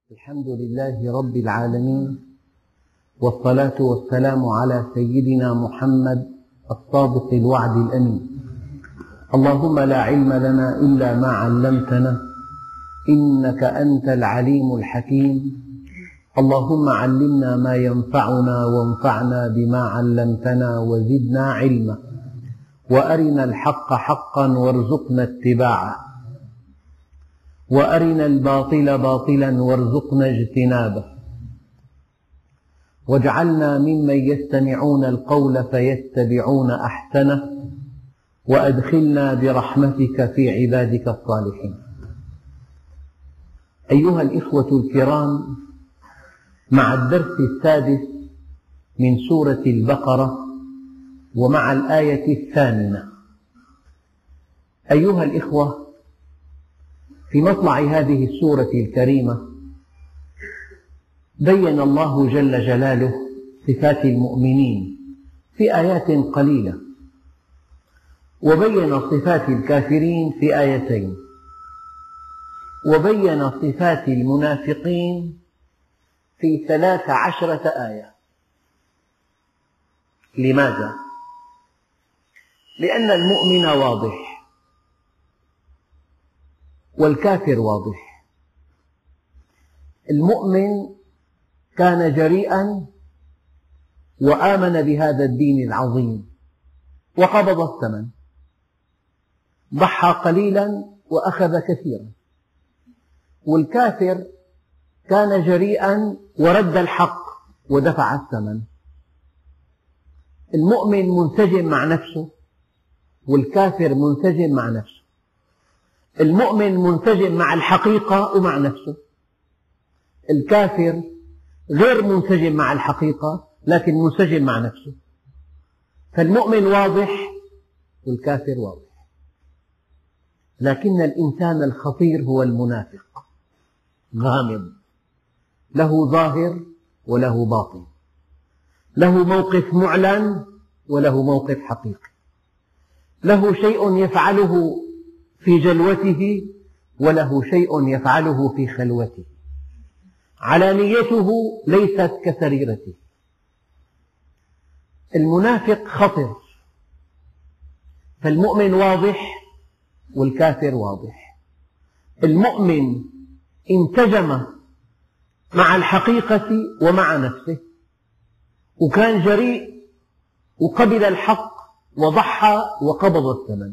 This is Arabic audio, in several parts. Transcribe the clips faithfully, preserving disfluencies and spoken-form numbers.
الحمد لله رب العالمين، والصلاة والسلام على سيدنا محمد الصادق الوعد الأمين. اللهم لا علم لنا إلا ما علمتنا إنك أنت العليم الحكيم. اللهم علمنا ما ينفعنا وانفعنا بما علمتنا وزدنا علما، وأرنا الحق حقا وارزقنا اتباعه، وأرنا الباطل باطلا وارزقنا اجتنابه، واجعلنا ممن يستمعون القول فيتبعون أحسنه، وأدخلنا برحمتك في عبادك الصالحين. أيها الإخوة الكرام، مع الدرس السادس من سورة البقرة ومع الآية الثامنة. أيها الإخوة، في مطلع هذه السورة الكريمة بين الله جل جلاله صفات المؤمنين في آيات قليلة، وبين صفات الكافرين في آيتين، وبين صفات المنافقين في ثلاث عشرة آية. لماذا؟ لأن المؤمن واضح والكافر واضح. المؤمن كان جريئا وآمن بهذا الدين العظيم وقبض الثمن، ضحى قليلا وأخذ كثيرا. والكافر كان جريئا ورد الحق ودفع الثمن. المؤمن منسجم مع نفسه، والكافر منسجم مع نفسه. المؤمن منسجم مع الحقيقة ومع نفسه، الكافر غير منسجم مع الحقيقة لكن منسجم مع نفسه. فالمؤمن واضح والكافر واضح، لكن الإنسان الخطير هو المنافق، غامض، له ظاهر وله باطن، له موقف معلن وله موقف حقيقي، له شيء يفعله في جلوته وله شيء يفعله في خلوته، علانيته ليست كسريرته. المنافق خطر، فالمؤمن واضح والكافر واضح. المؤمن انسجم مع الحقيقة ومع نفسه، وكان جريء وقبل الحق وضحى وقبض الثمن.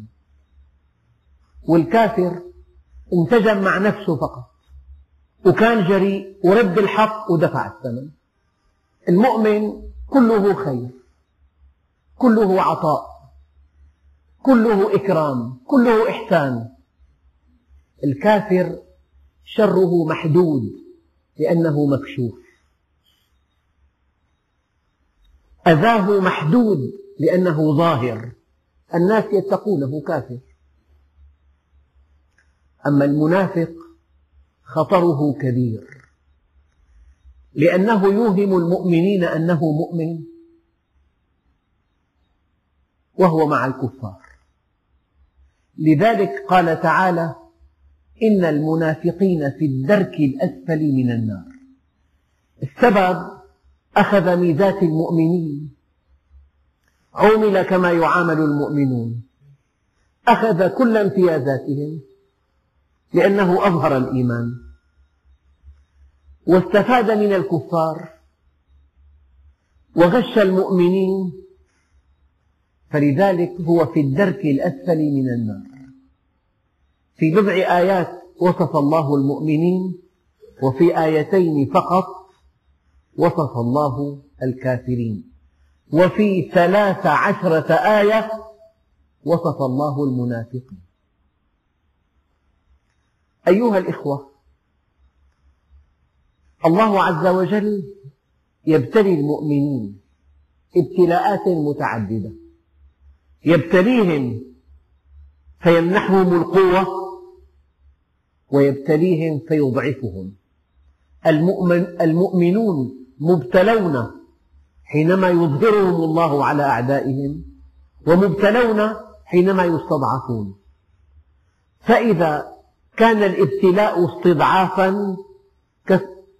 والكافر انسجم مع نفسه فقط، وكان جريء ورد الحق ودفع الثمن. المؤمن كله خير، كله عطاء، كله إكرام، كله إحسان. الكافر شره محدود لأنه مكشوف، أذاه محدود لأنه ظاهر، الناس يتقونه كافر. أما المنافق خطره كبير، لأنه يوهم المؤمنين أنه مؤمن وهو مع الكفار. لذلك قال تعالى: إن المنافقين في الدرك الأسفل من النار. السبب أخذ ميزات المؤمنين، عُامل كما يعامل المؤمنون، أخذ كل امتيازاتهم لأنه أظهر الإيمان، واستفاد من الكفار وغش المؤمنين، فلذلك هو في الدرك الأسفل من النار. في بضع آيات وصف الله المؤمنين، وفي آيتين فقط وصف الله الكافرين، وفي ثلاث عشرة آية وصف الله المنافقين. أيها الإخوة، الله عز وجل يبتلي المؤمنين ابتلاءات متعددة، يبتليهم فيمنحهم القوة، ويبتليهم فيضعفهم. المؤمن المؤمنون مبتلون حينما يظهرهم الله على أعدائهم، ومبتلون حينما يستضعفون. فإذا كان الابتلاء استضعافا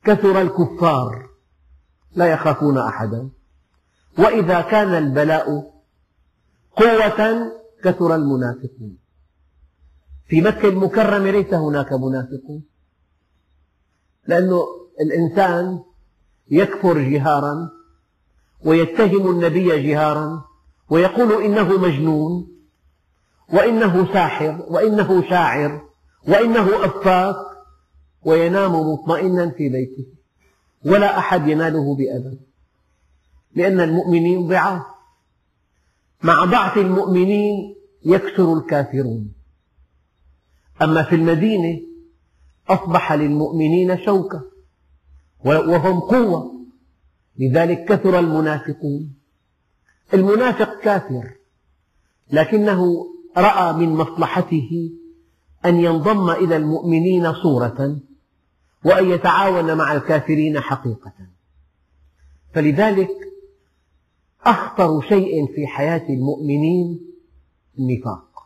كثر الكفار لا يخافون أحدا، وإذا كان البلاء قوة كثر المنافقون. في مكة المكرمة ليس هناك منافقون، لأن الإنسان يكفر جهارا ويتهم النبي جهارا ويقول إنه مجنون وإنه ساحر وإنه شاعر وإنه أفاك، وينام مطمئنا في بيته ولا أحد يناله بأذى، لأن المؤمنين ضعاف. مع ضعف المؤمنين يكثر الكافرون. أما في المدينة أصبح للمؤمنين شوكة وهم قوة، لذلك كثر المنافقون. المنافق كافر، لكنه رأى من مصلحته أن ينضم إلى المؤمنين صورة وأن يتعاون مع الكافرين حقيقة. فلذلك أخطر شيء في حياة المؤمنين النفاق.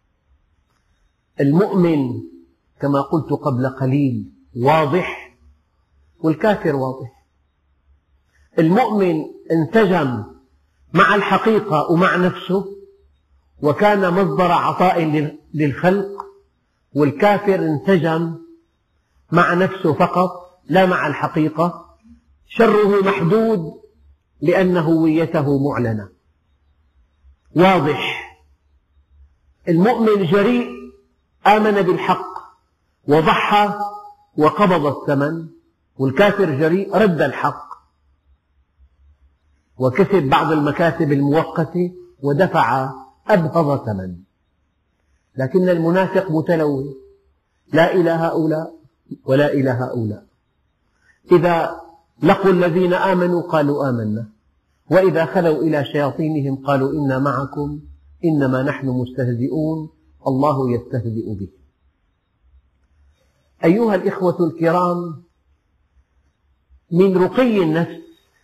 المؤمن كما قلت قبل قليل واضح، والكافر واضح. المؤمن انسجم مع الحقيقة ومع نفسه وكان مصدر عطاء للخلق، والكافر انسجم مع نفسه فقط لا مع الحقيقة، شره محدود لأن هويته معلنة. واضح. المؤمن جريء، آمن بالحق وضحى وقبض الثمن، والكافر جريء رد الحق وكسب بعض المكاسب المؤقتة ودفع أبهض ثمن. لكن المنافق متلون، لا إلى هؤلاء ولا إلى هؤلاء. إذا لقوا الذين آمنوا قالوا آمنا، وإذا خلوا إلى شياطينهم قالوا إنا معكم إنما نحن مستهزئون الله يستهزئ به. أيها الإخوة الكرام، من رقي النفس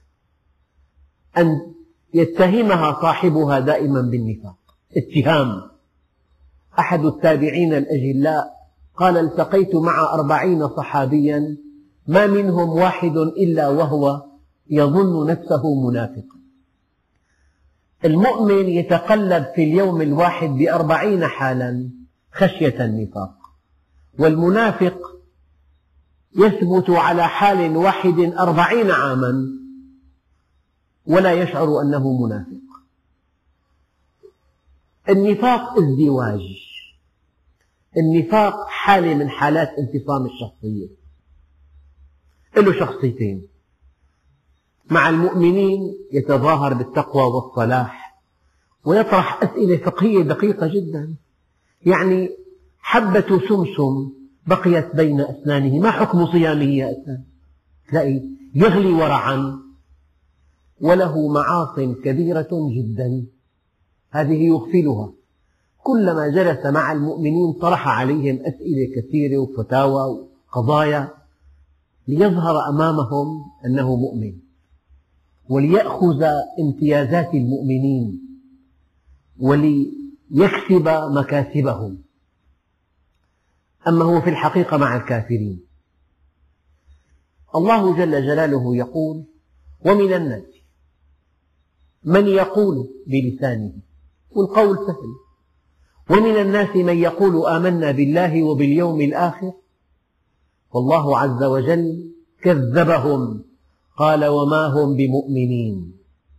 أن يتهمها صاحبها دائما بالنفاق. اتهام. أحد التابعين الأجلاء قال: التقيت مع أربعين صحابيا ما منهم واحد إلا وهو يظن نفسه منافقا. المؤمن يتقلب في اليوم الواحد بأربعين حالا خشية النفاق، والمنافق يثبت على حال واحد أربعين عاما ولا يشعر أنه منافق. النفاق ازدواج. النفاق حالة من حالات انفصام الشخصية، له شخصيتين. مع المؤمنين يتظاهر بالتقوى والصلاح ويطرح أسئلة فقهية دقيقة جدا، يعني حبة سمسم بقيت بين أسنانه ما حكم صيامه يا أسنان؟ تلاقي يغلي ورعا، وله معاص كبيرة جدا هذه يغفلها. كلما جلس مع المؤمنين طرح عليهم أسئلة كثيرة وفتاوى وقضايا ليظهر أمامهم أنه مؤمن وليأخذ امتيازات المؤمنين وليكسب مكاسبهم. أما هو في الحقيقة مع الكافرين. الله جل جلاله يقول: ومن الناس من يقول بلسانه، والقول سهل، ومن الناس من يقول آمنا بالله وباليوم الآخر، والله عز وجل كذبهم قال: وما هم بمؤمنين.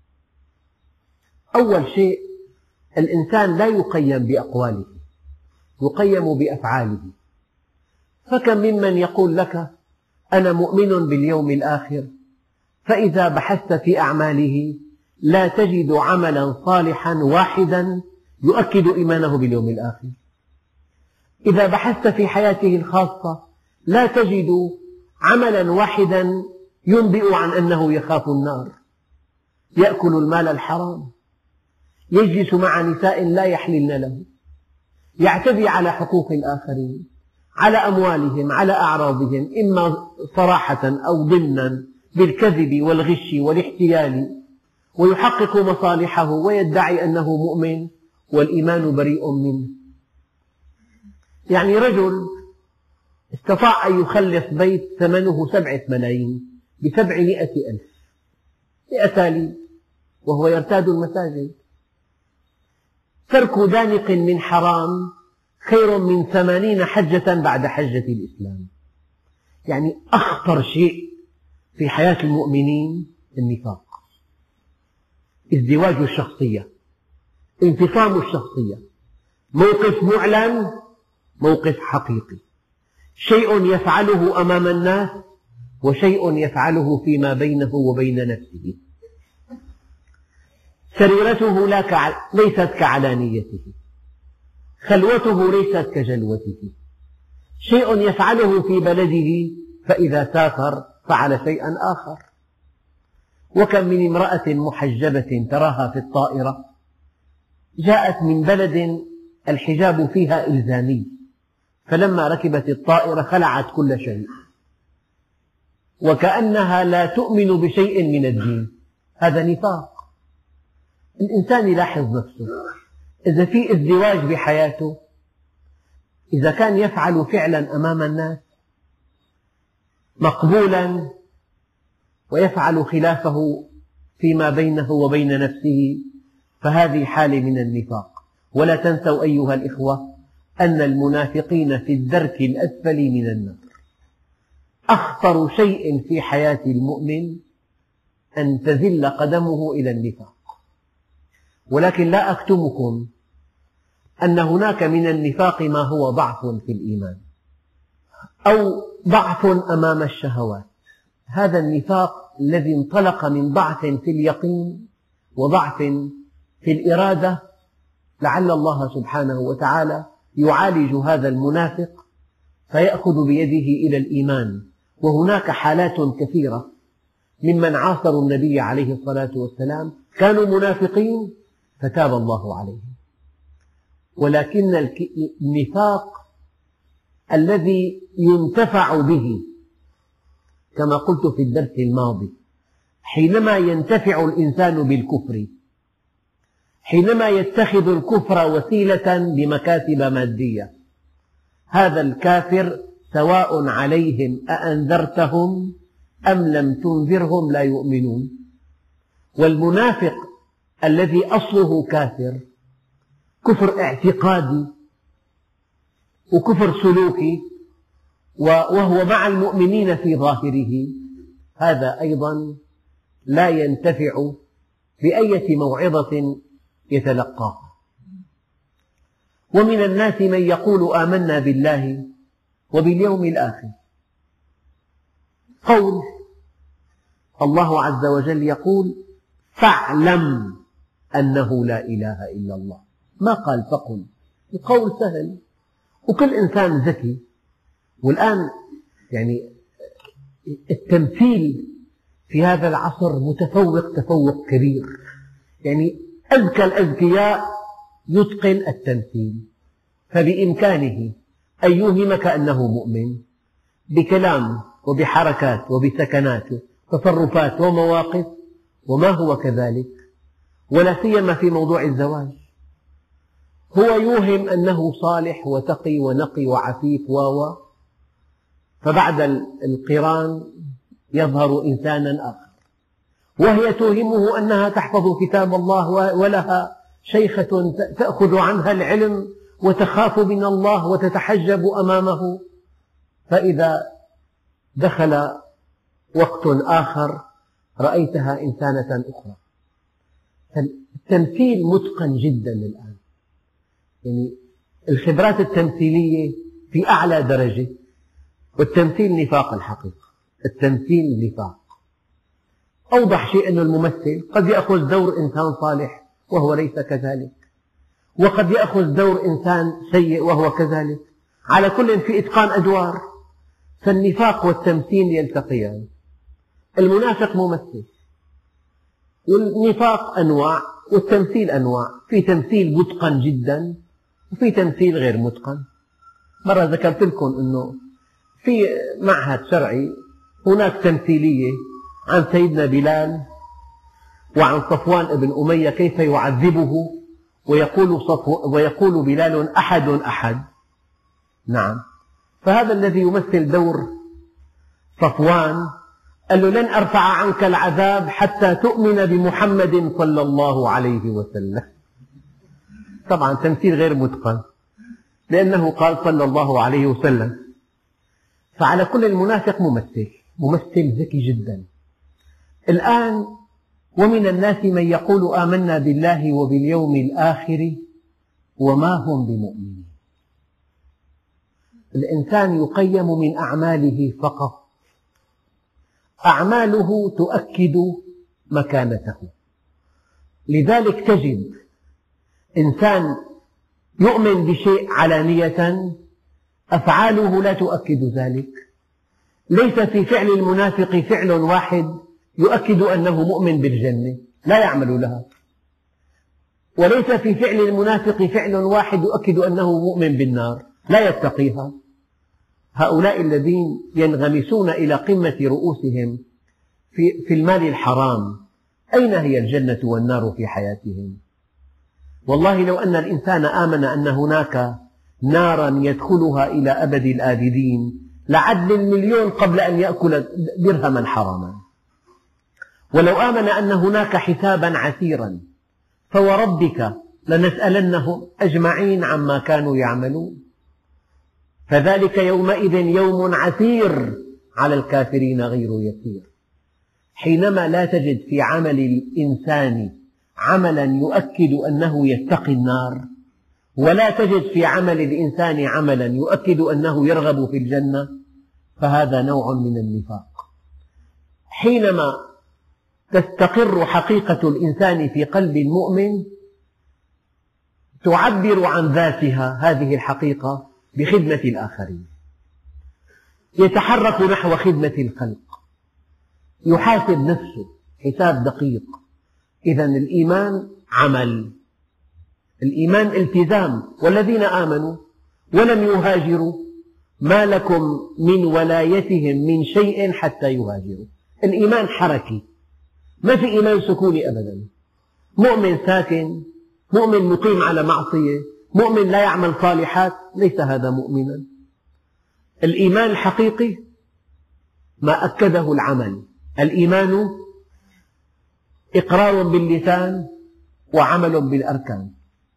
أول شيء الإنسان لا يقيم بأقواله، يقيم بأفعاله. فكم ممن يقول لك أنا مؤمن باليوم الآخر، فإذا بحثت في أعماله لا تجد عملا صالحا واحدا يؤكد إيمانه باليوم الآخر. إذا بحثت في حياته الخاصة لا تجد عملا واحدا ينبئ عن أنه يخاف النار. يأكل المال الحرام، يجلس مع نساء لا يحللن له، يعتدي على حقوق الآخرين، على أموالهم، على أعراضهم، إما صراحة أو ضمنا بالكذب والغش والاحتيال، ويحقق مصالحه ويدعي أنه مؤمن والإيمان بريء منه. يعني رجل استطاع أن يخلص بيت ثمنه سبعة ملايين بسبعمائة ألف بأساليب وهو يرتاد المساجد. ترك دانق من حرام خير من ثمانين حجة بعد حجة الإسلام. يعني أخطر شيء في حياة المؤمنين النفاق، ازدواج الشخصية، انفصام الشخصية، موقف معلن، موقف حقيقي، شيء يفعله أمام الناس وشيء يفعله فيما بينه وبين نفسه. سريرته لا كع... ليست كعلانيته، خلوته ليست كجلوته، شيء يفعله في بلده فإذا سافر فعل شيئا آخر. وكم من امرأة محجبة تراها في الطائرة جاءت من بلد الحجاب فيها إلزامي، فلما ركبت الطائرة خلعت كل شيء وكأنها لا تؤمن بشيء من الدين. هذا نفاق. الإنسان يلاحظ نفسه، إذا في ازدواج بحياته، إذا كان يفعل فعلا أمام الناس مقبولا ويفعل خلافه فيما بينه وبين نفسه، فهذه حالة من النفاق. ولا تنسوا أيها الإخوة أن المنافقين في الدرك الأسفل من النار. أخطر شيء في حياة المؤمن أن تزل قدمه إلى النفاق. ولكن لا أكتمكم أن هناك من النفاق ما هو ضعف في الإيمان أو ضعف أمام الشهوات. هذا النفاق الذي انطلق من ضعف في اليقين وضعف في الإرادة، لعل الله سبحانه وتعالى يعالج هذا المنافق فيأخذ بيده إلى الإيمان. وهناك حالات كثيرة ممن عاصروا النبي عليه الصلاة والسلام كانوا منافقين فتاب الله عليهم. ولكن النفاق الذي ينتفع به، كما قلت في الدرس الماضي، حينما ينتفع الإنسان بالكفر، حينما يتخذ الكفر وسيلة لمكاسب مادية، هذا الكافر سواء عليهم أأنذرتهم أم لم تنذرهم لا يؤمنون. والمنافق الذي أصله كافر، كفر اعتقادي وكفر سلوكي وهو مع المؤمنين في ظاهره، هذا أيضا لا ينتفع بأية موعظة يتلقاها. ومن الناس من يقول آمنا بالله وباليوم الآخر، قول الله عز وجل يقول فاعلم أنه لا إله إلا الله، ما قال فقل. القول سهل وكل إنسان ذكي. والآن يعني التمثيل في هذا العصر متفوق تفوق كبير، يعني أذكى الأذكياء يتقن التمثيل، فبإمكانه أن يوهمك أنه مؤمن بكلام وبحركات وبسكنات تصرفات ومواقف وما هو كذلك. ولا سيما في موضوع الزواج، هو يوهم أنه صالح وتقي ونقي وعفيف و فبعد القران يظهر إنسانا آخر، وهي توهمه أنها تحفظ كتاب الله ولها شيخة تأخذ عنها العلم وتخاف من الله وتتحجب أمامه، فإذا دخل وقت آخر رأيتها إنسانة أخرى. التمثيل متقن جدا الآن، يعني الخبرات التمثيلية في أعلى درجة، والتمثيل نفاق الحقيقة. التمثيل نفاق. أوضح شيء أن الممثل قد يأخذ دور إنسان صالح وهو ليس كذلك، وقد يأخذ دور إنسان سيء وهو كذلك، على كل في إتقان أدوار. فالنفاق والتمثيل يلتقيان. المنافق ممثل، والنفاق أنواع والتمثيل أنواع، في تمثيل متقن جدا وفي تمثيل غير متقن. مرة ذكرت لكم أنه في معهد شرعي هناك تمثيلية عن سيدنا بلال وعن صفوان بن أمية كيف يعذبه، ويقول, ويقول بلال أحد أحد. نعم، فهذا الذي يمثل دور صفوان قال له لن أرفع عنك العذاب حتى تؤمن بمحمد صلى الله عليه وسلم. طبعا تمثيل غير متقن، لأنه قال صلى الله عليه وسلم. فعلى كل المنافق ممثل ممثل ذكي جدا. الآن ومن الناس من يقول آمنا بالله وباليوم الآخر وما هم بمؤمنين. الإنسان يقيم من أعماله فقط، أعماله تؤكد مكانته. لذلك تجد إنسان يؤمن بشيء علانية أفعاله لا تؤكد ذلك. ليس في فعل المنافق فعل واحد يؤكد أنه مؤمن بالجنة، لا يعمل لها. وليس في فعل المنافق فعل واحد يؤكد أنه مؤمن بالنار، لا يتقيها. هؤلاء الذين ينغمسون إلى قمة رؤوسهم في, في المال الحرام، أين هي الجنة والنار في حياتهم؟ والله لو أن الإنسان آمن أن هناك نارا يدخلها إلى أبد الآبدين لعد المليون قبل أن يأكل درهما حراما. ولو آمن أن هناك حسابا عسيرا فوربك لنسألنهم أجمعين عما كانوا يعملون. فذلك يومئذ يوم عسير على الكافرين غير يسير. حينما لا تجد في عمل الإنسان عملا يؤكد أنه يتقي النار، ولا تجد في عمل الإنسان عملا يؤكد أنه يرغب في الجنة، فهذا نوع من النفاق. حينما تستقر حقيقة الإنسان في قلب المؤمن تعبر عن ذاتها هذه الحقيقة بخدمة الآخرين، يتحرك نحو خدمة الخلق، يحاسب نفسه حساب دقيق. إذن الإيمان عمل، الإيمان التزام. والذين آمنوا ولم يهاجروا ما لكم من ولايتهم من شيء حتى يهاجروا. الإيمان حركي، ما في إيمان سكوني أبدا. مؤمن ساكن، مؤمن مقيم على معصية، مؤمن لا يعمل صالحات، ليس هذا مؤمنا. الإيمان الحقيقي ما أكده العمل. الإيمان إقرار باللسان وعمل بالأركان.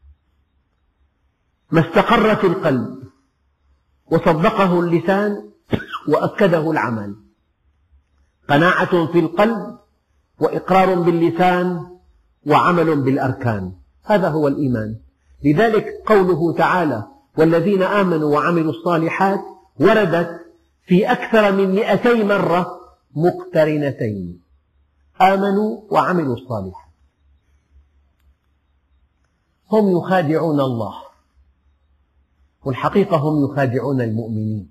ما استقر في القلب وصدقه اللسان وأكده العمل. قناعة في القلب وإقرار باللسان وعمل بالأركان، هذا هو الإيمان. لذلك قوله تعالى والذين آمنوا وعملوا الصالحات وردت في أكثر من مئتي مرة مقترنتين، آمنوا وعملوا الصالحات. هم يخادعون الله، والحقيقة هم يخادعون المؤمنين.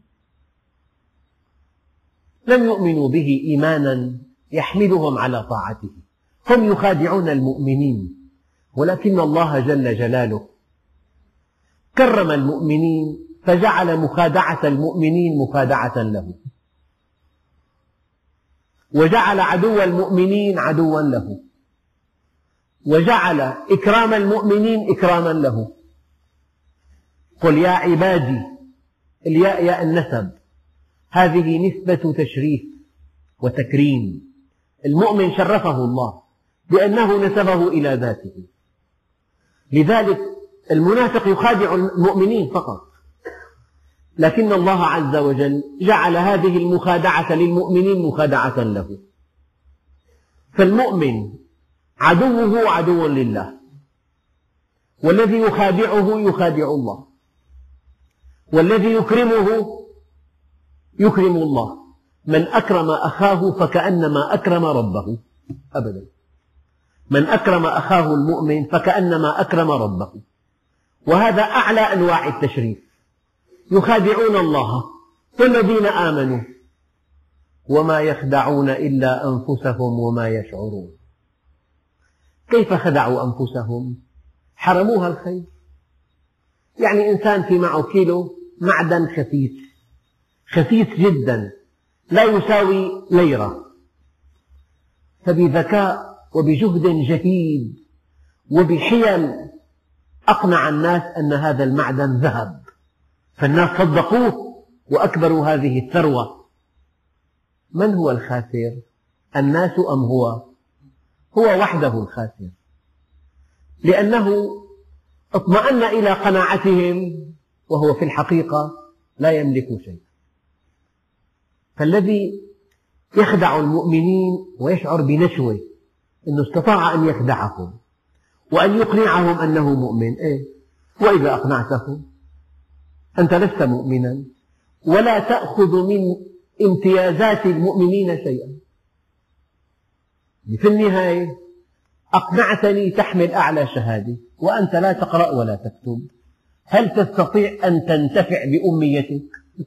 لم يؤمنوا به إيمانا يحملهم على طاعته، هم يخادعون المؤمنين. ولكن الله جل جلاله كرم المؤمنين فجعل مخادعة المؤمنين مخادعة له، وجعل عدو المؤمنين عدوا له، وجعل إكرام المؤمنين إكراما له. قل يا عبادي، الياء ياء النسب، هذه نسبة تشريف وتكريم. المؤمن شرفه الله بأنه نسبه إلى ذاته. لذلك المنافق يخادع المؤمنين فقط، لكن الله عز وجل جعل هذه المخادعة للمؤمنين مخادعة له. فالمؤمن عدوه عدو لله، والذي يخادعه يخادع الله، والذي يكرمه يكرم الله. من أكرم أخاه فكأنما أكرم ربه، أبدا. من أكرم أخاه المؤمن فكأنما أكرم ربه، وهذا أعلى أنواع التشريف. يخادعون الله والذين آمنوا وما يخدعون إلا أنفسهم وما يشعرون. كيف خدعوا أنفسهم؟ حرموها الخير. يعني إنسان في معه كيلو معدن خسيس خسيس جدا لا يساوي ليرة، فبذكاء وبجهد جهيد وبحيل أقنع الناس أن هذا المعدن ذهب، فالناس صدقوه وأكبر هذه الثروة. من هو الخاسر؟ الناس أم هو؟ هو وحده الخاسر، لأنه اطمأن إلى قناعتهم وهو في الحقيقة لا يملك شيء. فالذي يخدع المؤمنين ويشعر بنشوة أنه استطاع أن يخدعهم وأن يقنعهم أنه مؤمن، إيه؟ وإذا أقنعتهم أنت لست مؤمنا ولا تأخذ من امتيازات المؤمنين شيئا. في النهاية أقنعتني تحمل أعلى شهادة وأنت لا تقرأ ولا تكتب، هل تستطيع أن تنتفع بأميتك؟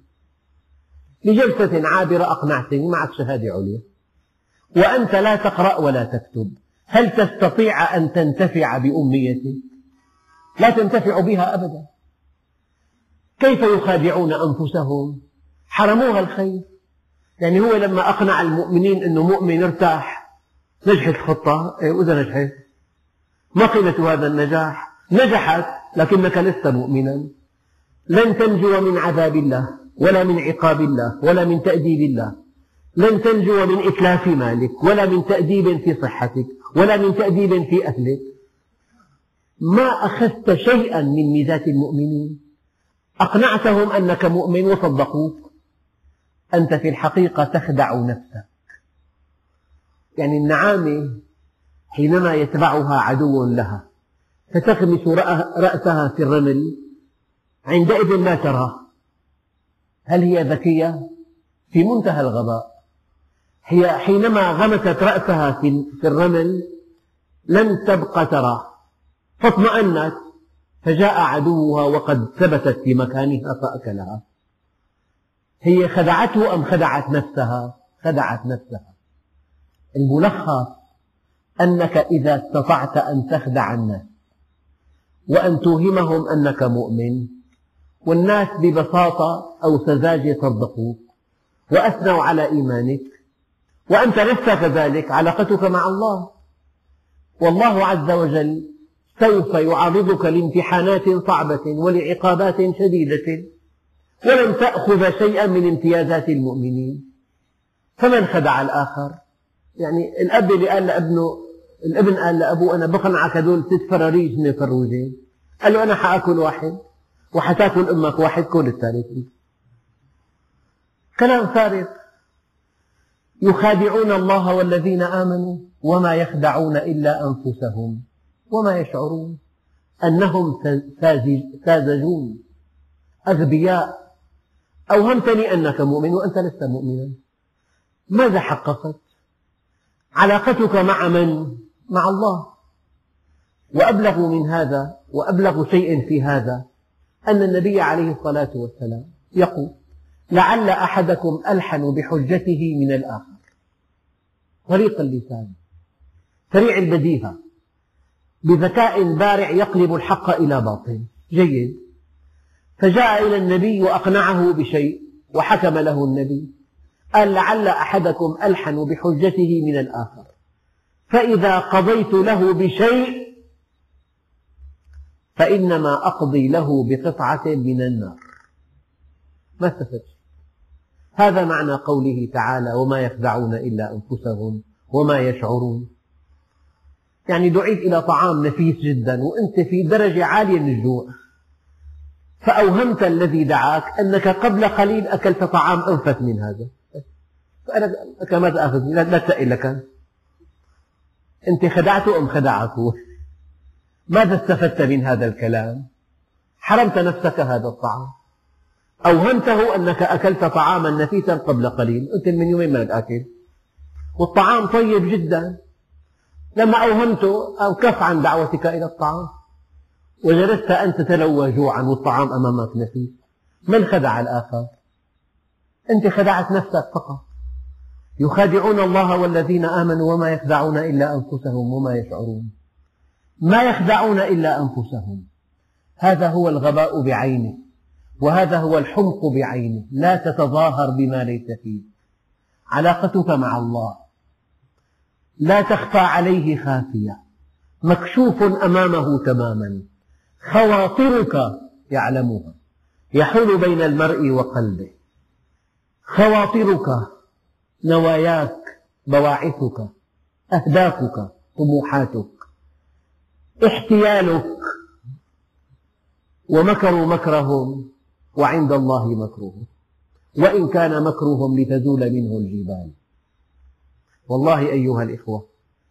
لجلسة عابرة أقنعتني معك شهادة عليا وأنت لا تقرأ ولا تكتب، هل تستطيع أن تنتفع بأميتك؟ لا تنتفع بها أبدا. كيف يخادعون أنفسهم؟ حرموها الخير. يعني هو لما أقنع المؤمنين أنه مؤمن ارتاح، نجحت الخطة، إيه وإذا نجحت ما قيمة هذا النجاح؟ نجحت لكنك لست مؤمنا، لن تنجو من عذاب الله ولا من عقاب الله ولا من تأديب الله، لن تنجو من إتلاف مالك ولا من تأديب في صحتك ولا من تأديب في أهلك. ما أخذت شيئا من ميزات المؤمنين، أقنعتهم أنك مؤمن وصدقوك، أنت في الحقيقة تخدع نفسك. يعني النعامة حينما يتبعها عدو لها فتغمس رأسها في الرمل عندئذ لا تراه. هل هي ذكية؟ في منتهى الغباء. هي حينما غمست رأسها في الرمل لم تبق تراه فاطمأنت، فجاء عدوها وقد ثبتت في مكانها فأكلها. هي خدعته أم خدعت نفسها؟ خدعت نفسها. الملخص أنك إذا استطعت أن تخدع الناس وأن توهمهم أنك مؤمن والناس ببساطة أو سذاجة صدقوك وأثنوا على إيمانك وأنت لست كذلك، علاقتك مع الله، والله عز وجل سوف يعرضك لامتحانات صعبة ولعقابات شديدة ولن تأخذ شيئا من امتيازات المؤمنين. فمن خدع الآخر؟ يعني الأب اللي قال لابنه، الابن قال لأبوه أنا بقنعك هذول ست فراريج من الفروجين، قال له أنا حأكل واحد وحتاكل أمك واحد، كل الثالث. كلام فارغ. يخادعون الله والذين آمنوا وما يخدعون إلا أنفسهم وما يشعرون أنهم ساذجون أغبياء. أوهمتني أنك مؤمن وأنت لست مؤمنا. ماذا حققت؟ علاقتك مع من؟ مع الله. وأبلغ من هذا وأبلغ شيء في هذا أن النبي عليه الصلاة والسلام يقول لعل أحدكم ألحن بحجته من الآخر. طريق اللسان، سريع البديهة، بذكاء بارع يقلب الحق إلى باطل. جيد. فجاء إلى النبي وأقنعه بشيء وحكم له النبي، قال لعل أحدكم ألحن بحجته من الآخر، فإذا قضيت له بشيء فإنما أقضي له بقطعة من النار. ما استفدت. هذا معنى قوله تعالى وما يخدعون إلا أنفسهم وما يشعرون. يعني دعيت إلى طعام نفيس جدا وأنت في درجة عالية من الجوع، فأوهمت الذي دعاك أنك قبل قليل أكلت طعام أنفس من هذا، فأنا ما تأخذني، لا تسأل لك أنت خدعته أم خدعته؟ ماذا استفدت من هذا الكلام؟ حرمت نفسك هذا الطعام، أوهمته أنك أكلت طعاما نفيسا قبل قليل، أنت من يومين ما الأكل والطعام طيب جدا. لما أوهمته أو كف عن دعوتك إلى الطعام وجلست أن تتلوى جوعا والطعام أمامك نفيس. من خدع الآخر؟ أنت خدعت نفسك فقط. يخادعون الله والذين آمنوا وما يخدعون إلا أنفسهم وما يشعرون. ما يخدعون إلا أنفسهم. هذا هو الغباء بعينه، وهذا هو الحمق بعينه. لا تتظاهر بما ليس فيه. علاقتك مع الله لا تخفى عليه خافية، مكشوف أمامه تماما، خواطرك يعلمها، يحول بين المرء وقلبه. خواطرك، نواياك، بواعثك، أهدافك، طموحاتك، احتيالك. ومكروا مكرهم وعند الله مكرهم وإن كان مكرهم لتزول منه الجبال. والله أيها الإخوة،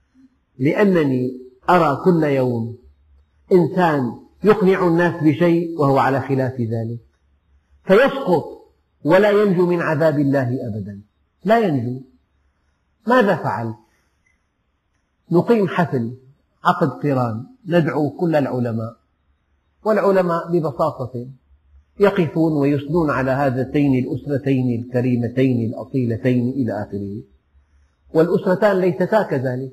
لأنني أرى كل يوم إنسان يقنع الناس بشيء وهو على خلاف ذلك، فيسقط ولا ينجو من عذاب الله أبدا، لا ينجو. ماذا فعل؟ نقيم حفل عقد قران، ندعو كل العلماء، والعلماء ببساطة يقفون ويثنون على هذتين الأسرتين الكريمتين الأصيلتين إلى آخره، والأسرتان ليستا كذلك.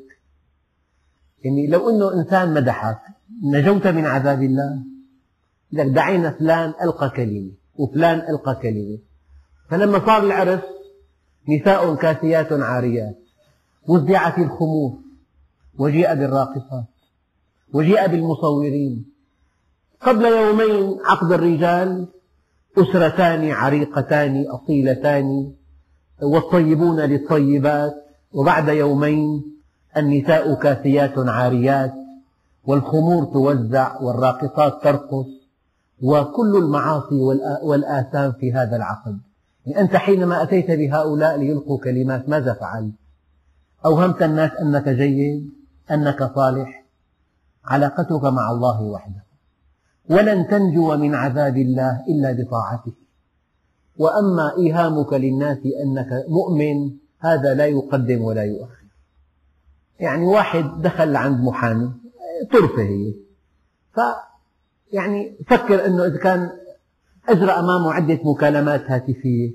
يعني لو أنه إنسان مدحك نجوت من عذاب الله، لك دعينا فلان ألقى كلمة وفلان ألقى كلمة، فلما صار العرس نساء كاسيات عاريات، وزعت الخمور، وجيء بالراقصات، وجيء بالمصورين. قبل يومين عقد الرجال، أسرتان عريقتان أصيلتان والطيبون للطيبات، وبعد يومين النساء كاسيات عاريات والخمور توزع والراقصات ترقص، وكل المعاصي والآثام في هذا العقد. يعني أنت حينما أتيت بهؤلاء ليلقوا كلمات ماذا فعلت؟ أوهمت الناس أنك جيد، أنك صالح. علاقتك مع الله وحده، ولن تنجو من عذاب الله إلا بطاعته. وأما إيهامك للناس أنك مؤمن هذا لا يقدم ولا يؤخر. يعني واحد دخل عند محامي، طرفة هي، ف يعني فكر أنه إذا كان أجرى أمامه عدة مكالمات هاتفية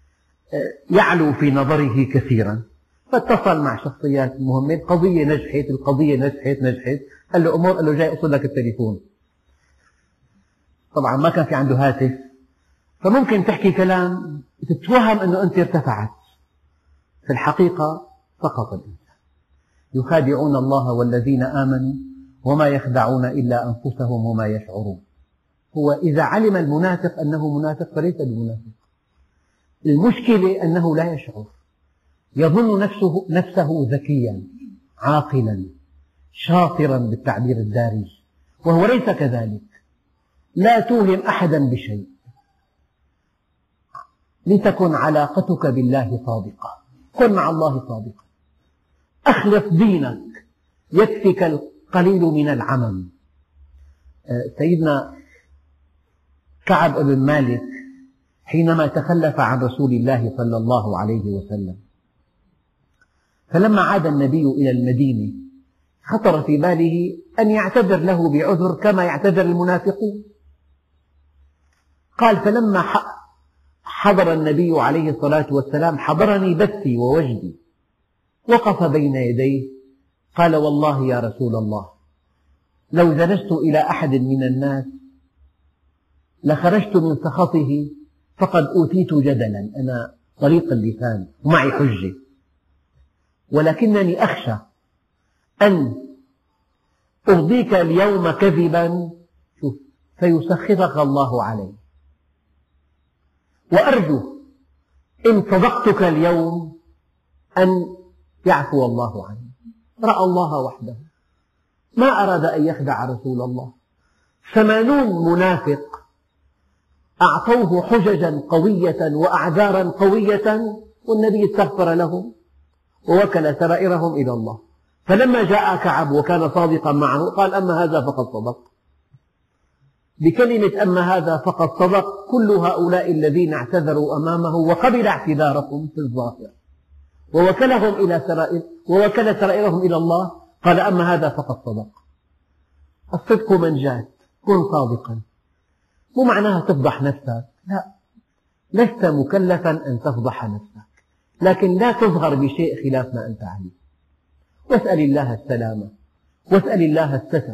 يعلو في نظره كثيرا، فاتصل مع شخصيات مهمة، القضية نجحت القضية نجحت نجحت قال له أمور، قال له جاي أوصل لك التليفون. طبعا ما كان في عنده هاتف، فممكن تحكي كلام تتوهم أنه أنت ارتفعت، في الحقيقة سقط الإنسان. يخادعون الله والذين آمنوا وما يخدعون إلا أنفسهم وما يشعرون. هو إذا علم المنافق أنه منافق فليس بمنافق، المشكلة أنه لا يشعر، يظن نفسه, نفسه ذكيا عاقلا شاطرا بالتعبير الدارج، وهو ليس كذلك. لا توهم أحدا بشيء، لتكن علاقتك بالله صادقة، كن مع الله صادقا، أخلص دينك، يكفك القليل من العمل. سيدنا كعب بن مالك حينما تخلف عن رسول الله صلى الله عليه وسلم، فلما عاد النبي إلى المدينة خطر في باله أن يعتذر له بعذر كما يعتذر المنافقون. قال: فلما حضر النبي عليه الصلاة والسلام حضرني بثي ووجدي، وقف بين يديه قال: والله يا رسول الله، لو جلست إلى أحد من الناس لخرجت من سخطه فقد أوتيت جدلا، أنا طريق اللسان ومعي حجة، ولكنني أخشى أن أرضيك اليوم كذبا فيسخطك الله علي، وأرجو إن صدقتك اليوم أن يعفو الله عني. رأى الله وحده، ما أراد أن يخدع رسول الله. ثمانون منافق أعطوه حججا قوية وأعذارا قوية، والنبي استغفر لهم ووكل سرائرهم إلى الله. فلما جاء كعب وكان صادقا معه قال: أما هذا فقد صدق. بكلمة أما هذا فقد صدق كل هؤلاء الذين اعتذروا أمامه وقبل اعتذارهم في الظاهر، ووكلهم إلى سرائر ووكل سرائرهم إلى الله، قال: أما هذا فقد صدق. الصدق منجاة، كن صادقا. مو معناها تفضح نفسك، لا، لست مكلفا أن تفضح نفسك، لكن لا تصغر بشيء خلاف ما أنت عليه، واسأل الله السلامة واسأل الله الستر.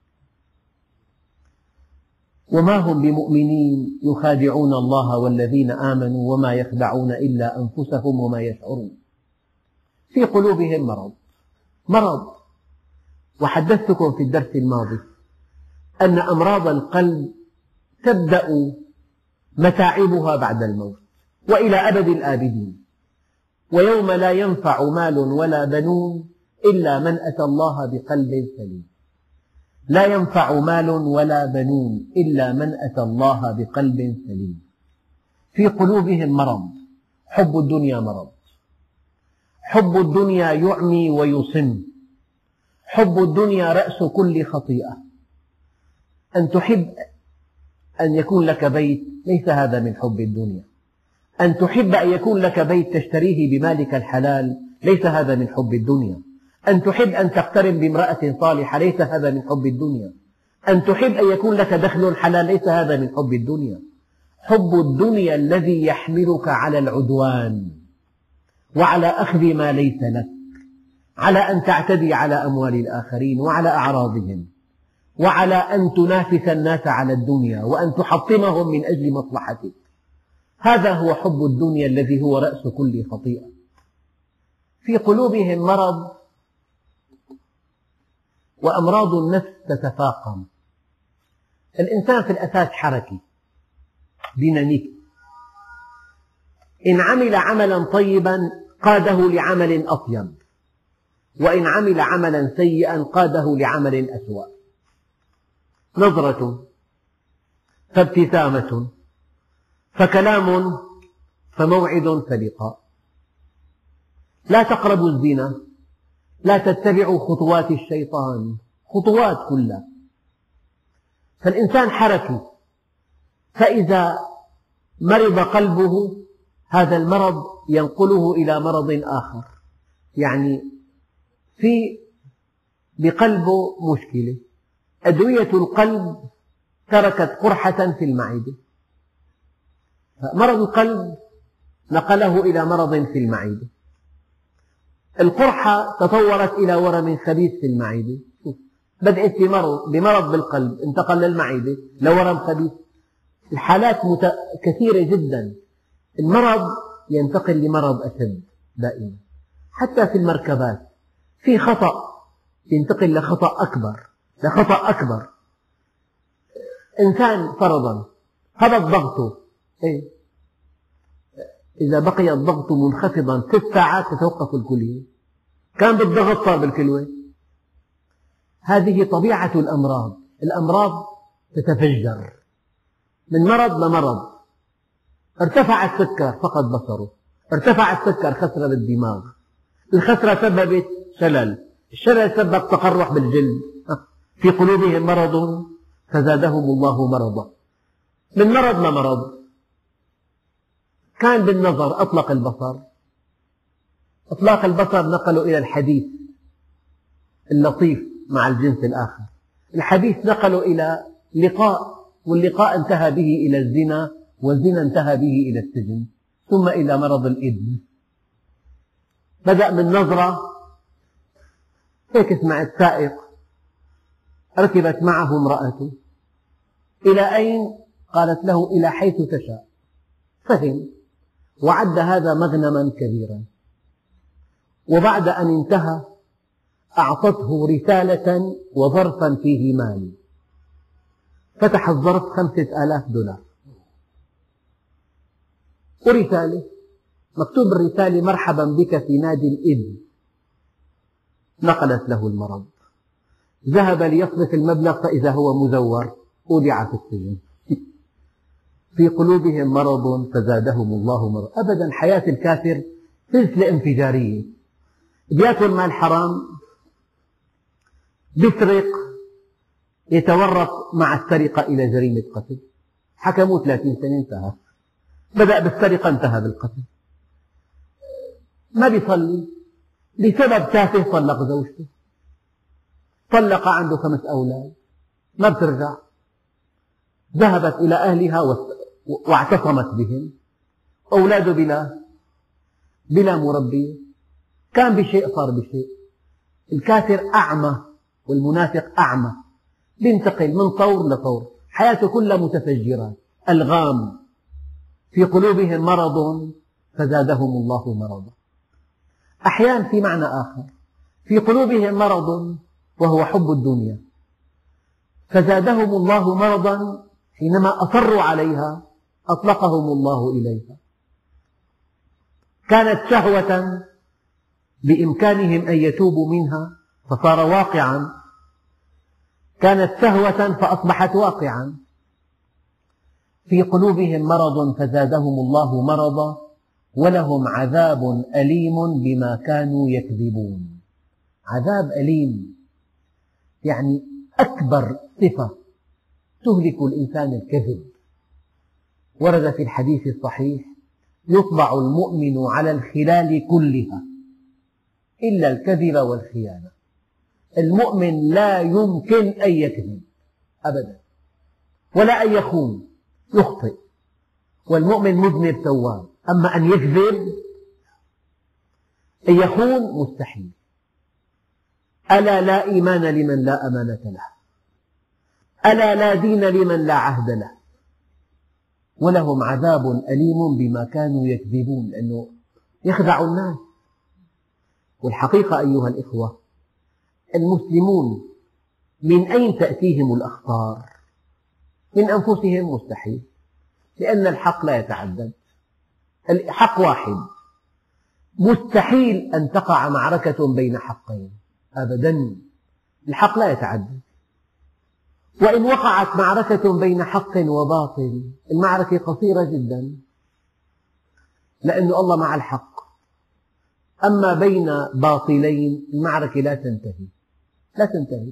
وما هم بمؤمنين يخادعون الله والذين آمنوا وما يخدعون إلا أنفسهم وما يشعرون. في قلوبهم مرض مرض وحدثتكم في الدرس الماضي أن أمراض القلب تبدأ متاعبها بعد الموت، وإلى أبد الآبدين. ويوم لا ينفع مال ولا بنون إلا من أتى الله بقلب سليم. لا ينفع مال ولا بنون إلا من أتى الله بقلب سليم. في قلوبهم مرض. حب الدنيا مرض. حب الدنيا يعمي ويصم. حب الدنيا رأس كل خطيئة. أن تحب أن يكون لك بيت ليس هذا من حب الدنيا. أن تحب أن يكون لك بيت تشتريه بمالك الحلال ليس هذا من حب الدنيا. أن تحب أن تقترن بامرأة صالحة ليس هذا من حب الدنيا. أن تحب أن يكون لك دخل حلال ليس هذا من حب الدنيا. حب الدنيا الذي يحملك على العدوان وعلى أخذ ما ليس لك، على أن تعتدي على أموال الآخرين وعلى أعراضهم، وعلى أن تنافس الناس على الدنيا وأن تحطمهم من أجل مصلحتك. هذا هو حب الدنيا الذي هو رأس كل خطيئة. في قلوبهم مرض، وأمراض النفس تتفاقم. الإنسان في الأساس حركي ديناميكي. إن عمل عملا طيبا قاده لعمل أطيب، وإن عمل عملا سيئا قاده لعمل أسوأ. نظرة فابتسامة فكلام فموعد فلقاء. لا تقربوا الزنا، لا تتبعوا خطوات الشيطان، خطوات كلها. فالإنسان حركي، فإذا مرض قلبه هذا المرض ينقله إلى مرض آخر. يعني في بقلبه مشكلة، أدوية القلب تركت قرحة في المعدة، مرض القلب نقله إلى مرض في المعدة. القرحة تطورت إلى ورم خبيث في المعدة، بدأت بمرض, بمرض بالقلب انتقل للمعدة لورم خبيث. الحالات مت... كثيرة جدا. المرض ينتقل لمرض أشد دائما. حتى في المركبات في خطأ ينتقل لخطأ أكبر لخطأ أكبر. إنسان فرضا هبط ضغطه، إيه؟ إذا بقي الضغط منخفضا ست ساعات تتوقف الكلية. كان بالضغط صار بالكلوة. هذه طبيعة الأمراض. الأمراض تتفجر من مرض لمرض. ارتفع السكر فقد بصره، ارتفع السكر خسر بالدماغ، الخسرة سببت شلل، الشلل سبب تقرح بالجلد. في قلوبهم مرض فزادهم الله مرضا. من مرض لمرض. كان بالنظر أطلق البصر، إطلاق البصر نقله إلى الحديث اللطيف مع الجنس الآخر. الحديث نقله إلى لقاء، واللقاء انتهى به إلى الزنا، والزنا انتهى به إلى السجن، ثم إلى مرض الإيدز. بدأ من نظرة، هيك سمعت سائق ركبت معه امرأته، إلى أين؟ قالت له إلى حيث تشاء. فهم وعد هذا مغنما كبيرا. وبعد أن انتهى أعطته رسالة وظرفا فيه مال. فتح الظرف خمسة آلاف دولار ورسالة مكتوب الرسالة مرحبا بك في نادي الإيدز. نقلت له المرض. ذهب ليصرف المبلغ فإذا هو مزور، أودع في السجن. في قلوبهم مرض فزادهم الله مرض. أبدا حياة الكافر سلسلة انفجارية. بيأكل مال حرام، بيسرق، يتورط مع السرقة إلى جريمة قتل. حكموه ثلاثين سنة انتهى. بدأ بالسرقة انتهى بالقتل. ما بيصلي لسبب تافه، طلق زوجته، طلق عنده خمس أولاد، ما بترجع. ذهبت إلى أهلها واعتصمت بهم. أولاده بلا بلا مربية. كان بشيء صار بشيء. الكافر أعمى والمنافق أعمى، بينتقل من طور لطور. حياته كلها متفجرات، ألغام. في قلوبهم مرض فزادهم الله مرضا. أحيانا في معنى آخر، في قلوبهم مرض وهو حب الدنيا، فزادهم الله مرضا حينما أصروا عليها أطلقهم الله إليها. كانت شهوة بإمكانهم أن يتوبوا منها فصار واقعا، كانت شهوة فأصبحت واقعا. في قلوبهم مرض فزادهم الله مرضا ولهم عذاب أليم بما كانوا يكذبون. عذاب أليم يعني أكبر صفة تهلك الإنسان الكذب. ورد في الحديث الصحيح: يطبع المؤمن على الخلال كلها إلا الكذب والخيانة. المؤمن لا يمكن أن يكذب أبدا، ولا أن يخون، يخطئ، والمؤمن مذنب تواب. أما أن يكذب، أن يخون مستحيل. ألا لا إيمان لمن لا أمانة له، ألا لا دين لمن لا عهد له، ولهم عذاب أليم بما كانوا يكذبون، لأنه يخدعوا الناس. والحقيقة أيها الإخوة، المسلمون من أين تأتيهم الأخطار؟ من أنفسهم مستحيل، لأن الحق لا يتعدد، الحق واحد. مستحيل أن تقع معركة بين حقين أبدا، الحق لا يتعدد. وإن وقعت معركة بين حق وباطل، المعركة قصيرة جدا، لأن الله مع الحق. أما بين باطلين المعركة لا تنتهي، لا تنتهي.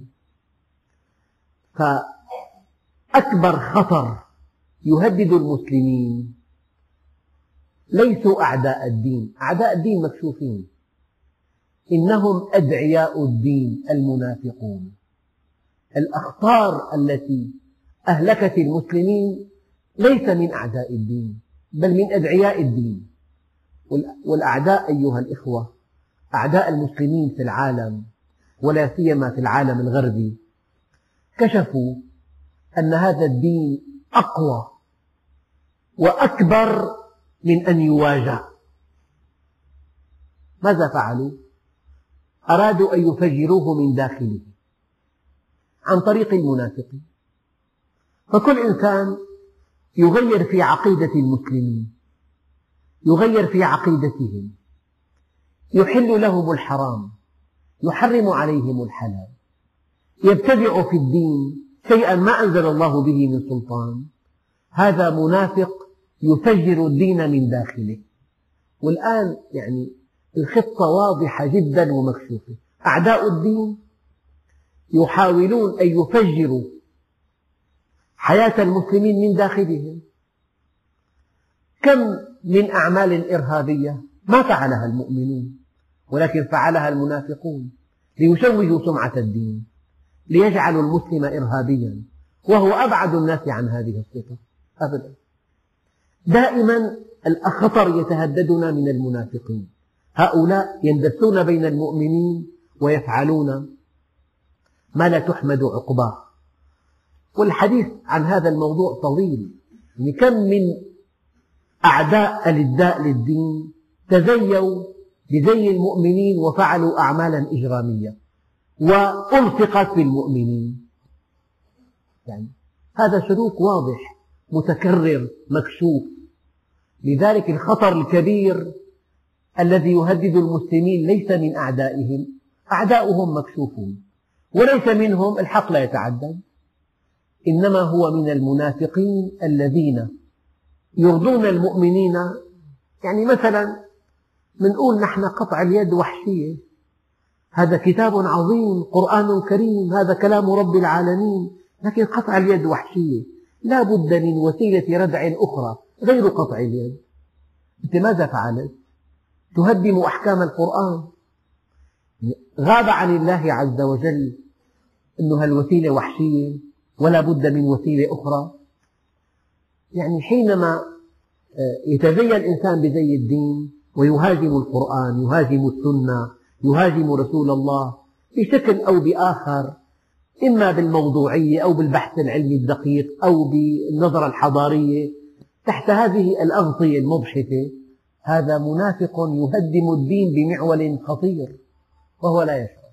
فأكبر خطر يهدد المسلمين ليسوا أعداء الدين، أعداء الدين مكشوفين، إنهم أدعياء الدين المنافقون. الأخطار التي أهلكت المسلمين ليس من أعداء الدين، بل من أدعياء الدين. والأعداء أيها الإخوة، أعداء المسلمين في العالم ولا سيما في العالم الغربي، كشفوا أن هذا الدين أقوى وأكبر من أن يواجه. ماذا فعلوا؟ أرادوا أن يفجروه من داخله عن طريق المنافقين. فكل إنسان يغير في عقيدة المسلمين، يغير في عقيدتهم، يحل لهم الحرام، يحرم عليهم الحلال، يبتدع في الدين شيئا ما أنزل الله به من سلطان. هذا منافق يفجر الدين من داخله. والآن يعني الخطة واضحة جدا ومكشوفة. أعداء الدين يحاولون أن يفجروا حياة المسلمين من داخلهم. كم من أعمال إرهابية ما فعلها المؤمنون، ولكن فعلها المنافقون ليشوهوا سمعة الدين، ليجعلوا المسلم إرهابيا، وهو أبعد الناس عن هذه الصفة أبدا. دائما الخطر يتهددنا من المنافقين. هؤلاء يندسون بين المؤمنين ويفعلون ما لا تحمد عقباه. والحديث عن هذا الموضوع طويل. يعني كم من أعداء الإداء للدين تزيوا بزي المؤمنين وفعلوا أعمالا إجرامية وألصقت بالمؤمنين. يعني هذا سلوك واضح متكرر مكشوف. لذلك الخطر الكبير الذي يهدد المسلمين ليس من أعدائهم، أعداؤهم مكشوفون، وليس منهم، الحق لا يتعدد، إنما هو من المنافقين الذين يرضون المؤمنين. يعني مثلا منقول نحن قطع اليد وحشية، هذا كتاب عظيم، قرآن كريم، هذا كلام رب العالمين، لكن قطع اليد وحشية، لا بد من وسيلة ردع أخرى غير قطع اليد. أنت ماذا فعلت؟ تهدم أحكام القرآن. غاب عن الله عز وجل أن هالوسيلة وحشية ولا بد من وسيلة أخرى. يعني حينما يتزي الإنسان بزي الدين ويهاجم القرآن، يهاجم السنة، يهاجم رسول الله بشكل أو بآخر، إما بالموضوعية أو بالبحث العلمي الدقيق أو بالنظرة الحضارية، تحت هذه الأغطية المضحكة، هذا منافق يهدم الدين بمعول خطير وهو لا يشعر.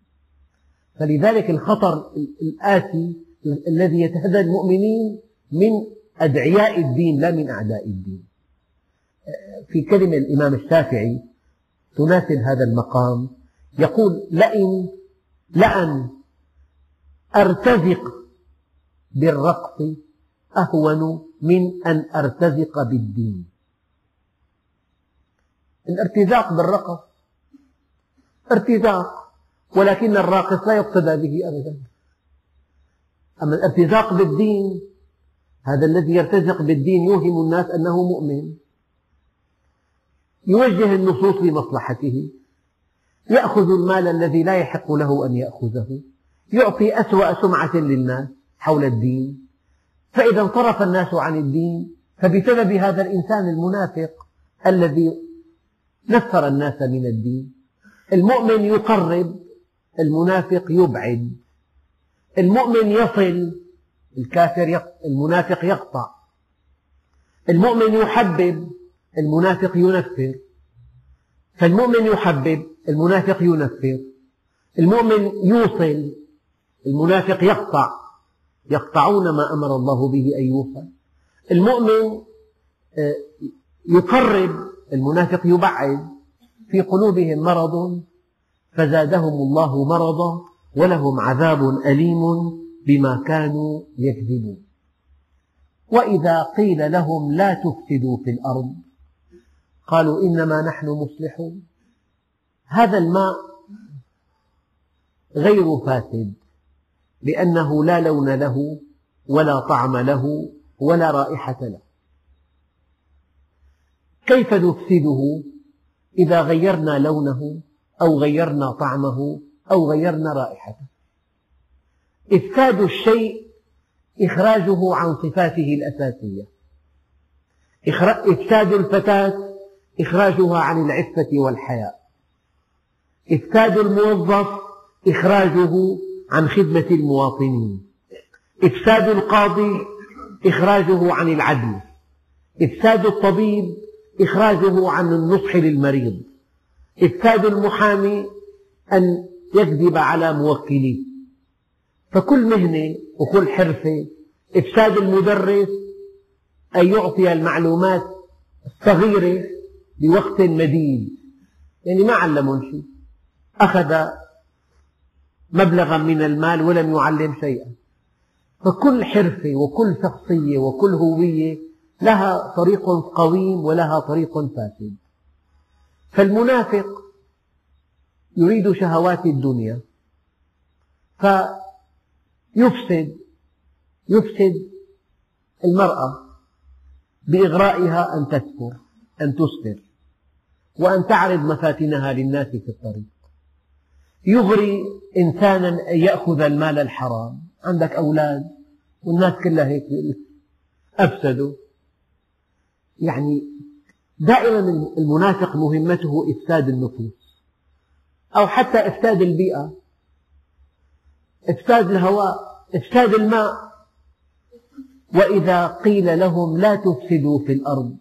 فلذلك الخطر الآتي الذي يتهدد المؤمنين من أدعياء الدين لا من أعداء الدين. في كلمة الإمام الشافعي تناسب هذا المقام، يقول: لئن لأن أرتزق بالرقص أهون من أن أرتزق بالدين. الارتزاق بالرقص ارتزاق، ولكن الراقص لا يقتدى به أبدا. أما الارتزاق بالدين، هذا الذي يرتزق بالدين يوهم الناس أنه مؤمن، يوجه النصوص لمصلحته، يأخذ المال الذي لا يحق له أن يأخذه، يعطي أسوأ سمعة للناس حول الدين. فإذا انصرف الناس عن الدين فبسبب هذا الإنسان المنافق الذي نفر الناس من الدين. المؤمن يقرب، المنافق يبعد. المؤمن يصل، الكافر يق... المنافق يقطع. المؤمن يحبب، المنافق ينفر. فالمؤمن يحبب، المنافق ينفر. المؤمن يوصل، المنافق يقطع، يقطعون ما أمر الله به أن يوصل. المؤمن يقرب، المنافق يبعد. في قلوبهم مرض فزادهم الله مرضا ولهم عذاب أليم بما كانوا يكذبون. وإذا قيل لهم لا تفسدوا في الأرض قالوا إنما نحن مصلحون. هذا الماء غير فاسد لأنه لا لون له ولا طعم له ولا رائحة له. كيف نفسده إذا غيرنا لونه أو غيرنا طعمه أو غيرنا رائحته؟ إفساد الشيء إخراجه عن صفاته الأساسية. إفساد الفتاة إخراجها عن العفة والحياء. إفساد الموظف إخراجه عن خدمة المواطنين. إفساد القاضي إخراجه عن العدل. إفساد الطبيب إخراجه عن النصح للمريض. إفساد المحامي أن يكذب على موكليه. فكل مهنة وكل حرفة. إفساد المدرس أن يعطي المعلومات الصغيرة بوقت مديد، يعني ما علمهم شيء، أخذ مبلغا من المال ولم يعلم شيئا. فكل حرفة وكل شخصية وكل هوية لها طريق قويم ولها طريق فاسد. فالمنافق يريد شهوات الدنيا فيفسد يفسد المرأة بإغرائها أن تسكر، أن تسكر، وأن تعرض مفاتنها للناس في الطريق. يغري إنسانا أن يأخذ المال الحرام. عندك أولاد والناس كلها هيك أفسدوا. يعني دائما المنافق مهمته إفساد النفوس، أو حتى إفساد البيئة، إفساد الهواء، إفساد الماء. وإذا قيل لهم لا تفسدوا في الأرض،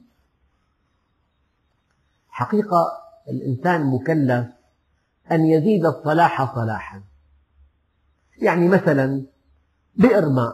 حقيقة الإنسان مكلف أن يزيد الصلاح صلاحا. يعني مثلا بئر ماء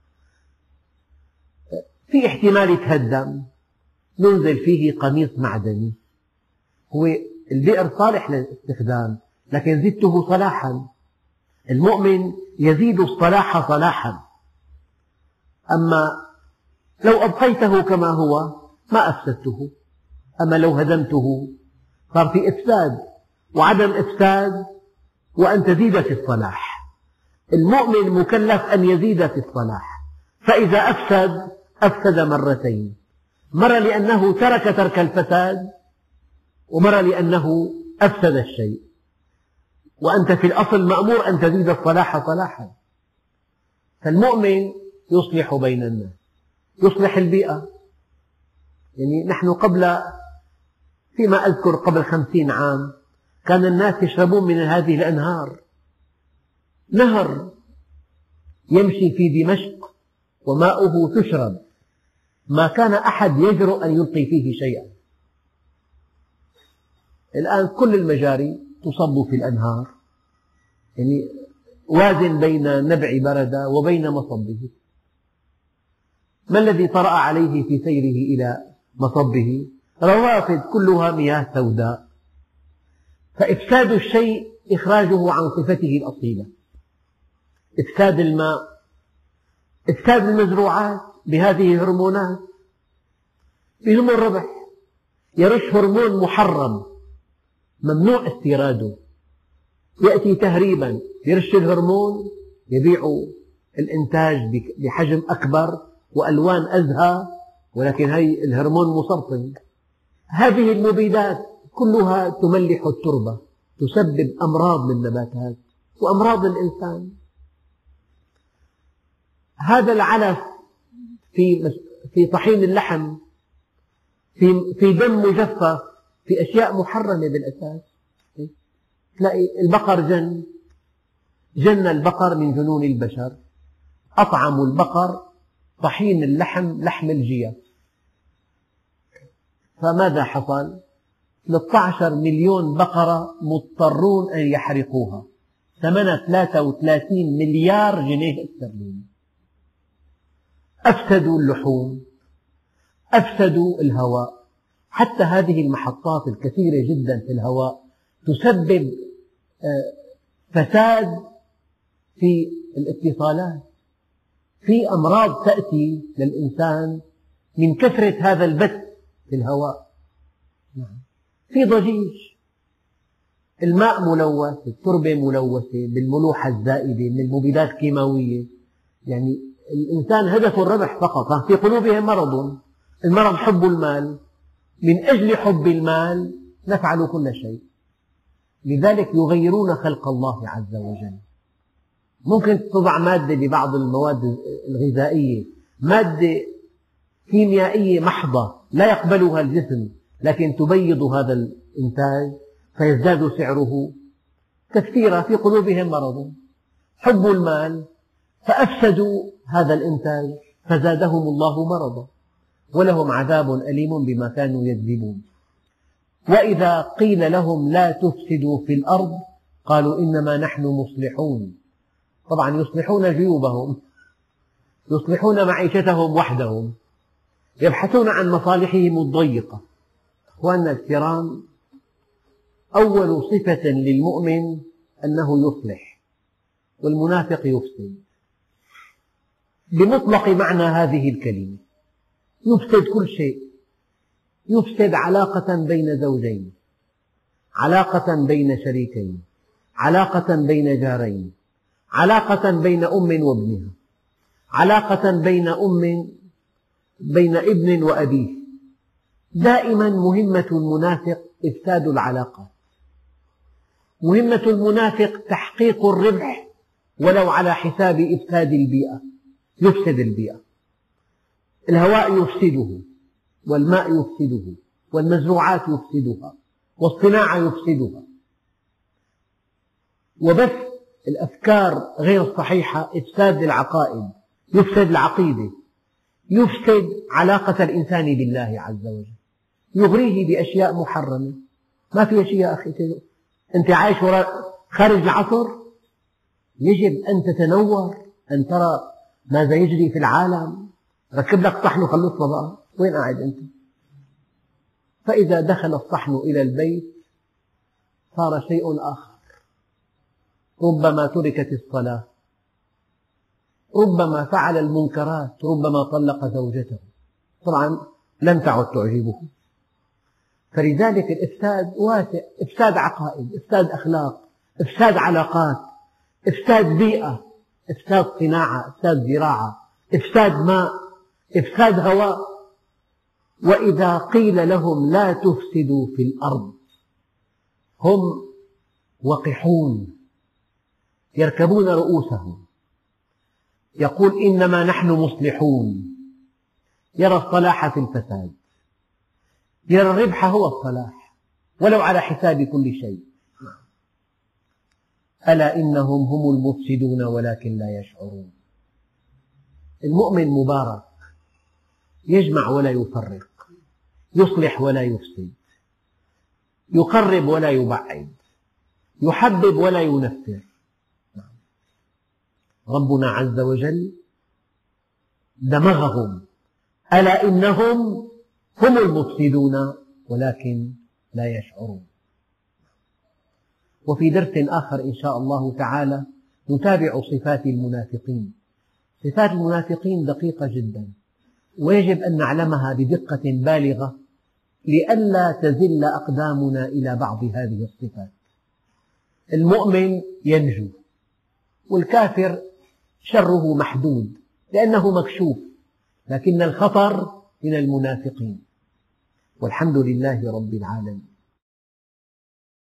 في احتمال يتهدم، ننزل فيه قميص معدني. هو البئر صالح للاستخدام لكن زدته صلاحا. المؤمن يزيد الصلاح صلاحا. أما لو أبقيته كما هو ما أفسدته، أما لو هدمته صار في إفساد وعدم إفساد وأن تزيد في الصلاح. المؤمن مكلف أن يزيد في الصلاح، فإذا أفسد أفسد مرتين، مرة لأنه ترك ترك الفساد، ومرة لأنه أفسد الشيء. وأنت في الأصل مأمور أن تزيد الصلاح صلاحا. فالمؤمن يصلح بين الناس، يصلح البيئة. يعني نحن قبل فيما أذكر قبل خمسين عام كان الناس يشربون من هذه الأنهار. نهر يمشي في دمشق وماؤه تشرب، ما كان أحد يجرؤ أن يلقي فيه شيئا. الآن كل المجاري تصب في الأنهار، يعني وازن بين نبع بردة وبين مصبه. ما الذي طرأ عليه في سيره إلى مصبه؟ روافد كلها مياه سوداء، فإفساد الشيء إخراجه عن صفته الأصيلة. إفساد الماء، إفساد المزروعات بهذه الهرمونات بهم الربح. يرش هرمون محرم ممنوع استيراده، يأتي تهريبا، يرش الهرمون، يبيع الإنتاج بحجم أكبر وألوان أزهى، ولكن هي الهرمون مسرطن. هذه المبيدات كلها تملح التربة، تسبب أمراض للنباتات وأمراض الإنسان. هذا العلف في في طحين اللحم، في في دم مجفف، في أشياء محرمة بالأساس. تلاقي البقر جن جن البقر من جنون البشر، أطعموا البقر طحين اللحم لحم الجيف. فماذا حصل؟ ثلاثة عشر مليون بقرة مضطرون أن يحرقوها، ثمنها ثلاثة وثلاثين مليار جنيه استرليني. أفسدوا اللحوم، أفسدوا الهواء. حتى هذه المحطات الكثيرة جدا في الهواء تسبب فساد في الاتصالات، في أمراض تأتي للإنسان من كثرة هذا البث في الهواء. في ضجيج، الماء ملوث، التربة ملوثة بالملوحة الزائدة من المبيدات الكيماوية. يعني الإنسان هدفه الربح فقط، في قلوبهم مرض، المرض حب المال، من أجل حب المال نفعل كل شيء. لذلك يغيرون خلق الله عز وجل. ممكن تضع مادة ببعض المواد الغذائية، مادة كيميائية محضة لا يقبلها الجسم، لكن تبيض هذا الإنتاج فيزداد سعره تكثيرا. في قلوبهم مرض، حب المال، فأفسدوا هذا الإنتاج فزادهم الله مرضا، ولهم عذاب أليم بما كانوا يكذبون. وإذا قيل لهم لا تفسدوا في الأرض قالوا إنما نحن مصلحون. طبعا يصلحون جيوبهم، يصلحون معيشتهم وحدهم، يبحثون عن مصالحهم الضيقة. أخواننا الكرام، أول صفة للمؤمن أنه يصلح، والمنافق يفسد بمطلق معنى هذه الكلمة. يفسد كل شيء، يفسد علاقة بين زوجين، علاقة بين شريكين، علاقة بين جارين، علاقة بين أم وابنها، علاقة بين أم بين ابن وأبيه. دائما مهمة المنافق إفساد العلاقات، مهمة المنافق تحقيق الربح ولو على حساب إفساد البيئة. يفسد البيئة، الهواء يفسده، والماء يفسده، والمزروعات يفسدها، والصناعة يفسدها. وبث الأفكار غير الصحيحة إفساد للعقائد، يفسد العقيدة، يفسد علاقة الإنسان بالله عز وجل، يغريه بأشياء محرمة. ما في شيء يا أخي، أنت عايش وراء خارج العصر، يجب أن تتنور، أن ترى ماذا يجري في العالم. ركب لك صحن وخلصنا بقى، وين قاعد أنت؟ فإذا دخل الصحن إلى البيت صار شيء آخر. ربما تركت الصلاة، ربما فعل المنكرات، ربما طلق زوجته، طبعا لم تعد تعجبه. فلذلك الإفساد واسع، إفساد عقائد، إفساد أخلاق، إفساد علاقات، إفساد بيئة، إفساد صناعة، إفساد زراعة، إفساد ماء، إفساد هواء. وإذا قيل لهم لا تفسدوا في الأرض هم وقحون يركبون رؤوسهم، يقول إنما نحن مصلحون. يرى الصلاح في الفساد، يرى الربح هو الصلاح ولو على حساب كل شيء. ألا إنهم هم المفسدون ولكن لا يشعرون. المؤمن مبارك، يجمع ولا يفرق، يصلح ولا يفسد، يقرب ولا يبعد، يحبب ولا ينفر. ربنا عز وجل دمغهم. ألا إنهم هم المفسدون ولكن لا يشعرون. وفي درس آخر إن شاء الله تعالى نتابع صفات المنافقين. صفات المنافقين دقيقة جدا، ويجب أن نعلمها بدقة بالغة لئلا تزل أقدامنا إلى بعض هذه الصفات. المؤمن ينجو، والكافر شره محدود لأنه مكشوف، لكن الخطر من المنافقين. والحمد لله رب العالمين.